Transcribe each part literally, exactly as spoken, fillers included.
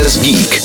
Express Geek.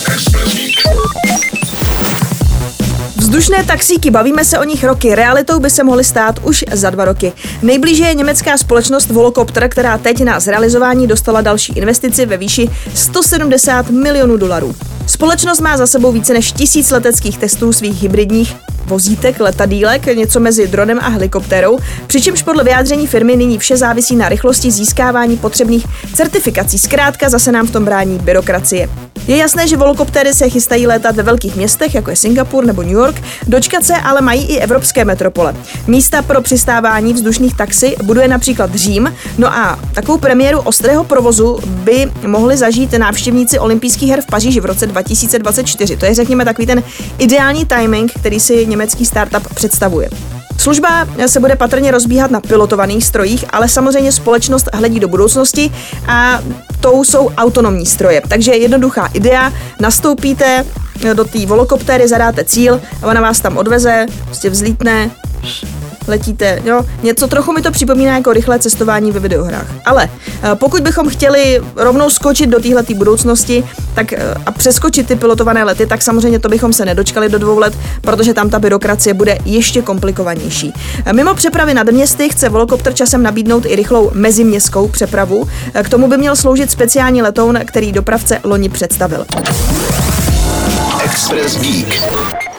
Vzdušné taxíky, bavíme se o nich roky, realitou by se mohly stát už za dva roky. Nejblíže je německá společnost Volocopter, která teď na zrealizování dostala další investici ve výši sto sedmdesát milionů dolarů. Společnost má za sebou více než tisíc leteckých testů svých hybridních vozítek, letadýlek, něco mezi dronem a helikoptérou, přičemž podle vyjádření firmy nyní vše závisí na rychlosti získávání potřebných certifikací. Zkrátka zase nám v tom brání byrokracie. Je jasné, že volocoptery se chystají létat ve velkých městech, jako je Singapur nebo New York, dočkat se ale mají i evropské metropole. Místa pro přistávání vzdušných taxi buduje například Řím, no a takovou premiéru ostrého provozu by mohli zažít návštěvníci olympijských her v Paříži v roce dva tisíce dvacet čtyři. To je, řekněme, takový ten ideální timing, který si německý startup představuje. Služba se bude patrně rozbíhat na pilotovaných strojích, ale samozřejmě společnost hledí do budoucnosti a tou jsou autonomní stroje. Takže jednoduchá idea, nastoupíte do té volocoptery, zadáte cíl a ona vás tam odveze, prostě vzlítne, letíte, jo, něco trochu mi to připomíná jako rychlé cestování ve videohrách. Ale pokud bychom chtěli rovnou skočit do téhletý budoucnosti tak, a přeskočit ty pilotované lety, tak samozřejmě to bychom se nedočkali do dvou let, protože tam ta byrokracie bude ještě komplikovanější. Mimo přepravy nad městy chce Volocopter časem nabídnout i rychlou meziměstskou přepravu. K tomu by měl sloužit speciální letoun, který dopravce loni představil. Express Geek.